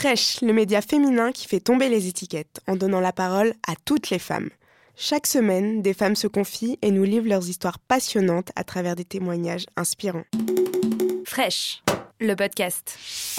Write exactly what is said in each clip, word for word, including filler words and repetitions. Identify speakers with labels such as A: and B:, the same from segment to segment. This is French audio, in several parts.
A: Fresh, le média féminin qui fait tomber les étiquettes en donnant la parole à toutes les femmes. Chaque semaine, des femmes se confient et nous livrent leurs histoires passionnantes à travers des témoignages inspirants.
B: Fresh, le podcast.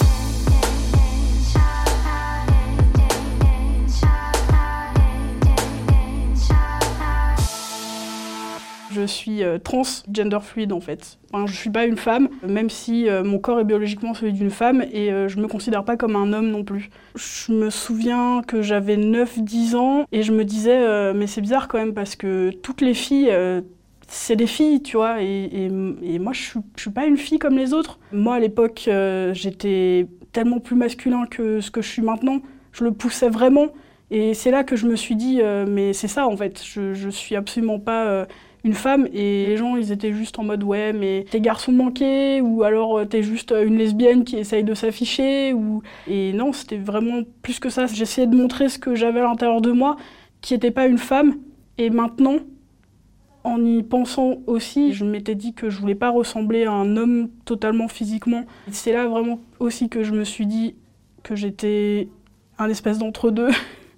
C: Je suis euh, trans, gender fluide en fait. Enfin, je suis pas une femme, même si euh, mon corps est biologiquement celui d'une femme et euh, je me considère pas comme un homme non plus. Je me souviens que j'avais neuf dix ans et je me disais euh, mais c'est bizarre quand même parce que toutes les filles, euh, c'est des filles, tu vois, et, et, et moi je suis, je suis pas une fille comme les autres. Moi à l'époque, euh, j'étais tellement plus masculin que ce que je suis maintenant, je le poussais vraiment et c'est là que je me suis dit euh, mais c'est ça en fait, je, je suis absolument pas... Euh, une femme, et les gens ils étaient juste en mode ouais mais t'es garçon manqué, ou alors t'es juste une lesbienne qui essaye de s'afficher, ou... et non, c'était vraiment plus que ça. J'essayais de montrer ce que j'avais à l'intérieur de moi, qui n'était pas une femme, et maintenant, en y pensant aussi, je m'étais dit que je voulais pas ressembler à un homme totalement physiquement. Et c'est là vraiment aussi que je me suis dit que j'étais un espèce d'entre-deux.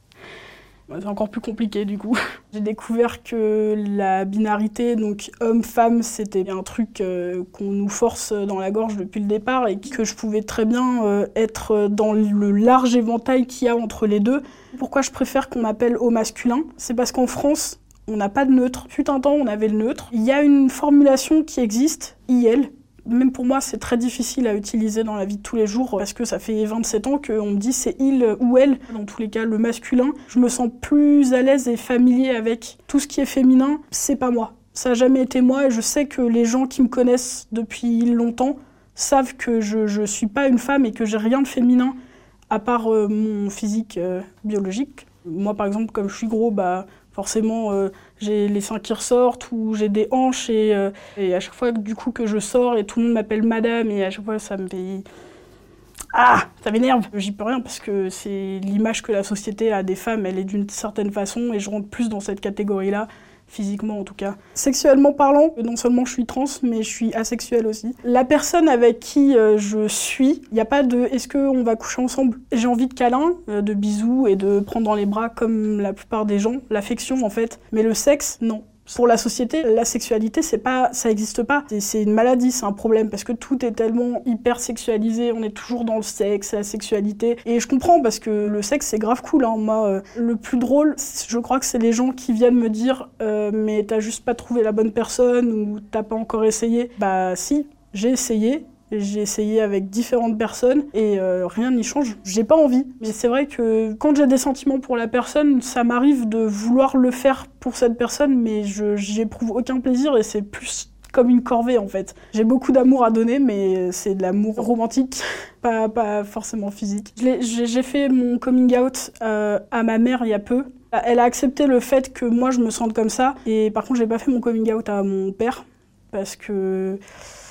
C: C'est encore plus compliqué du coup. J'ai découvert que la binarité, donc homme-femme, c'était un truc euh, qu'on nous force dans la gorge depuis le départ et que je pouvais très bien euh, être dans le large éventail qu'il y a entre les deux. Pourquoi je préfère qu'on m'appelle au masculin ? C'est parce qu'en France, on n'a pas de neutre. Fut un temps, on avait le neutre. Il y a une formulation qui existe, I L. Même pour moi, c'est très difficile à utiliser dans la vie de tous les jours parce que ça fait vingt-sept ans qu'on me dit c'est il ou elle. Dans tous les cas, le masculin, je me sens plus à l'aise et familier avec. Tout ce qui est féminin, c'est pas moi. Ça n'a jamais été moi et je sais que les gens qui me connaissent depuis longtemps savent que je, je suis pas une femme et que j'ai rien de féminin à part euh, mon physique euh, biologique. Moi, par exemple, comme je suis gros, bah... forcément, euh, j'ai les seins qui ressortent ou j'ai des hanches et, euh, et à chaque fois du coup, que je sors et tout le monde m'appelle madame et à chaque fois ça me fait... Ah, ça m'énerve. J'y peux rien parce que c'est l'image que la société a des femmes, elle est d'une certaine façon et je rentre plus dans cette catégorie-là, physiquement en tout cas. Sexuellement parlant, non seulement je suis trans, mais je suis asexuelle aussi. La personne avec qui euh, je suis, il n'y a pas de « est-ce qu'on va coucher ensemble ?» J'ai envie de câlins, euh, de bisous et de prendre dans les bras comme la plupart des gens, l'affection en fait. Mais le sexe, non. Pour la société, la sexualité, c'est pas, ça n'existe pas. C'est, c'est une maladie, c'est un problème, parce que tout est tellement hyper sexualisé, on est toujours dans le sexe, la sexualité. Et je comprends, parce que le sexe, c'est grave cool. Hein. Moi, euh, le plus drôle, je crois que c'est les gens qui viennent me dire euh, « mais t'as juste pas trouvé la bonne personne » ou « t'as pas encore essayé ». Bah si, j'ai essayé. J'ai essayé avec différentes personnes et euh, rien n'y change. J'ai pas envie. Mais c'est vrai que quand j'ai des sentiments pour la personne, ça m'arrive de vouloir le faire pour cette personne, mais je j'y éprouve aucun plaisir et c'est plus comme une corvée en fait. J'ai beaucoup d'amour à donner, mais c'est de l'amour romantique, pas, pas forcément physique. J'ai, j'ai fait mon coming out euh, à ma mère il y a peu. Elle a accepté le fait que moi je me sente comme ça, et par contre j'ai pas fait mon coming out à mon père parce que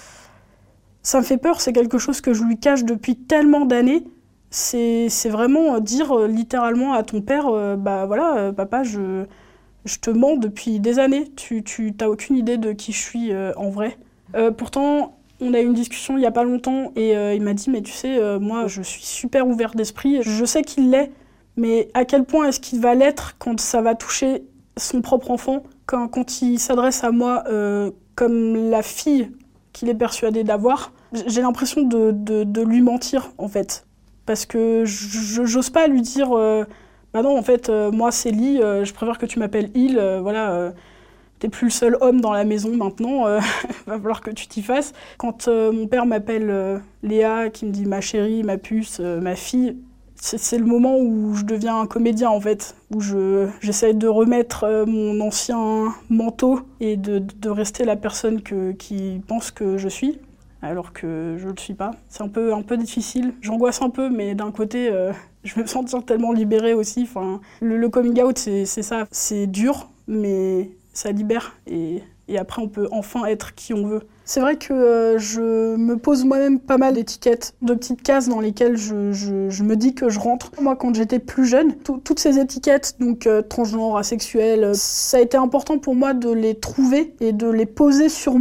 C: ça me fait peur, c'est quelque chose que je lui cache depuis tellement d'années. C'est, c'est vraiment dire euh, littéralement à ton père, euh, bah voilà, euh, papa, je, je te mens depuis des années, tu, tu t'as aucune idée de qui je suis euh, en vrai. Euh, pourtant, on a eu une discussion il y a pas longtemps et euh, il m'a dit, mais tu sais, euh, moi je suis super ouvert d'esprit, je sais qu'il l'est, mais à quel point est-ce qu'il va l'être quand ça va toucher son propre enfant, quand, quand il s'adresse à moi euh, comme la fille qu'il est persuadé d'avoir. J'ai l'impression de, de, de lui mentir, en fait. Parce que je, j'ose pas lui dire euh, « Bah non, en fait, euh, moi, c'est Lee, euh, je préfère que tu m'appelles Il, euh, voilà, euh, t'es plus le seul homme dans la maison maintenant, euh, va falloir que tu t'y fasses. » Quand euh, mon père m'appelle euh, Léa, qui me dit « Ma chérie, ma puce, euh, ma fille », c'est, c'est le moment où je deviens un comédien, en fait, où je, j'essaie de remettre euh, mon ancien manteau et de, de rester la personne que, qui pense que je suis, alors que je le suis pas. C'est un peu, un peu difficile. J'angoisse un peu, mais d'un côté, euh, je vais me sentir tellement libérée aussi. Enfin, le, le coming out, c'est, c'est ça. C'est dur, mais ça libère. Et, et après, on peut enfin être qui on veut. C'est vrai que euh, je me pose moi-même pas mal d'étiquettes, de petites cases dans lesquelles je, je, je me dis que je rentre. Moi, quand j'étais plus jeune, tout, toutes ces étiquettes, donc euh, transgenre, asexuel, euh, ça a été important pour moi de les trouver et de les poser sur moi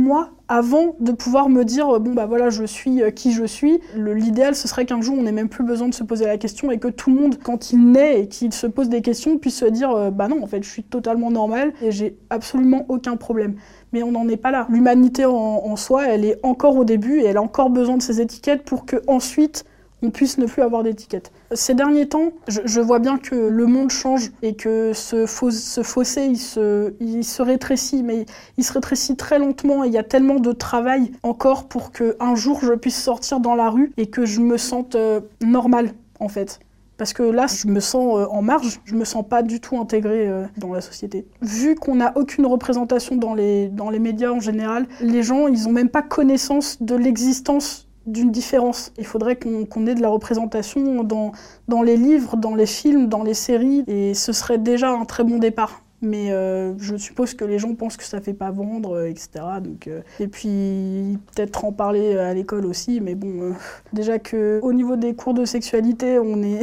C: avant de pouvoir me dire bon bah voilà je suis qui je suis. Le, l'idéal ce serait qu'un jour on n'ait même plus besoin de se poser la question et que tout le monde quand il naît et qu'il se pose des questions puisse se dire euh, bah non en fait je suis totalement normal et j'ai absolument aucun problème. Mais on n'en est pas là. L'humanité en, en soi elle est encore au début et elle a encore besoin de ces étiquettes pour que ensuite on puisse ne plus avoir d'étiquettes. Ces derniers temps, je, je vois bien que le monde change et que ce, faux, ce fossé, il se, il se rétrécit, mais il se rétrécit très lentement et il y a tellement de travail encore pour qu'un jour je puisse sortir dans la rue et que je me sente euh, normale, en fait. Parce que là, je me sens euh, en marge, je me sens pas du tout intégrée euh, dans la société. Vu qu'on n'a aucune représentation dans les, dans les médias en général, les gens, ils ont même pas connaissance de l'existence d'une différence. Il faudrait qu'on, qu'on ait de la représentation dans, dans les livres, dans les films, dans les séries, et ce serait déjà un très bon départ. Mais euh, je suppose que les gens pensent que ça fait pas vendre, et cetera. Donc, euh, et puis peut-être en parler à l'école aussi, mais bon, euh, déjà qu'au niveau des cours de sexualité, on est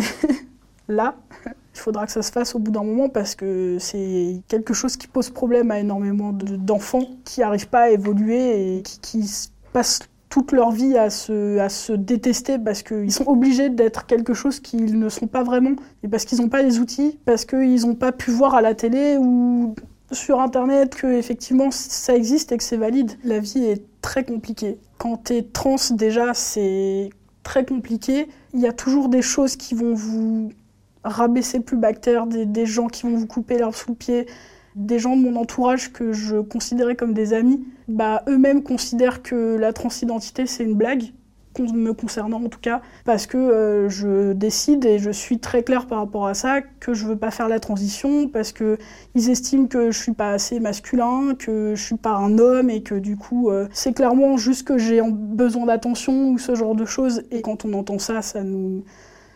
C: là. Il faudra que ça se fasse au bout d'un moment parce que c'est quelque chose qui pose problème à énormément de, d'enfants qui n'arrivent pas à évoluer et qui, qui passent toute leur vie à se, à se détester parce qu'ils sont obligés d'être quelque chose qu'ils ne sont pas vraiment et parce qu'ils n'ont pas les outils, parce qu'ils n'ont pas pu voir à la télé ou sur internet que effectivement ça existe et que c'est valide. La vie est très compliquée. Quand t'es trans déjà c'est très compliqué. Il y a toujours des choses qui vont vous rabaisser plus bas que terre, des, des gens qui vont vous couper l'herbe sous le pied. Des gens de mon entourage que je considérais comme des amis, bah, eux-mêmes considèrent que la transidentité c'est une blague, me concernant en tout cas, parce que euh, je décide et je suis très claire par rapport à ça, que je veux pas faire la transition, parce qu'ils estiment que je suis pas assez masculin, que je suis pas un homme et que du coup euh, c'est clairement juste que j'ai besoin d'attention ou ce genre de choses. Et quand on entend ça, ça nous,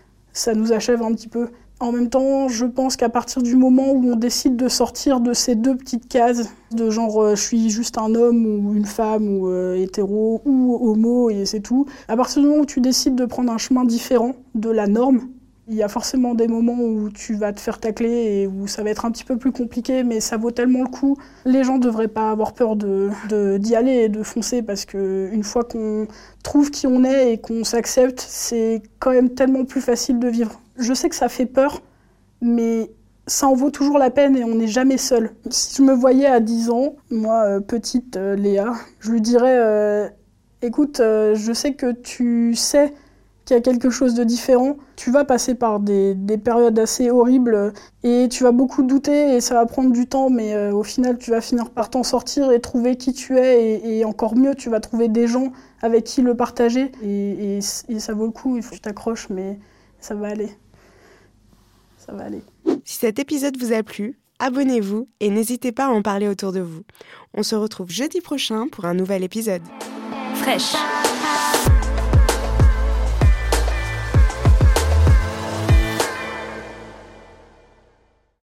C: ça nous achève un petit peu. En même temps, je pense qu'à partir du moment où on décide de sortir de ces deux petites cases, de genre euh, je suis juste un homme ou une femme ou euh, hétéro ou homo et c'est tout, à partir du moment où tu décides de prendre un chemin différent de la norme, il y a forcément des moments où tu vas te faire tacler et où ça va être un petit peu plus compliqué, mais ça vaut tellement le coup. Les gens ne devraient pas avoir peur de, de, d'y aller et de foncer parce qu'une fois qu'on trouve qui on est et qu'on s'accepte, c'est quand même tellement plus facile de vivre. Je sais que ça fait peur, mais ça en vaut toujours la peine et on n'est jamais seul. Si je me voyais à dix ans, moi, euh, petite euh, Léa, je lui dirais euh, « Écoute, euh, je sais que tu sais qu'il y a quelque chose de différent. Tu vas passer par des, des périodes assez horribles et tu vas beaucoup douter et ça va prendre du temps, mais euh, au final, tu vas finir par t'en sortir et trouver qui tu es et, et encore mieux, tu vas trouver des gens avec qui le partager et, et, et ça vaut le coup, il faut que tu t'accroches, mais ça va aller. Ça va aller. »
A: Si cet épisode vous a plu, abonnez-vous et n'hésitez pas à en parler autour de vous. On se retrouve jeudi prochain pour un nouvel épisode.
B: Fresh.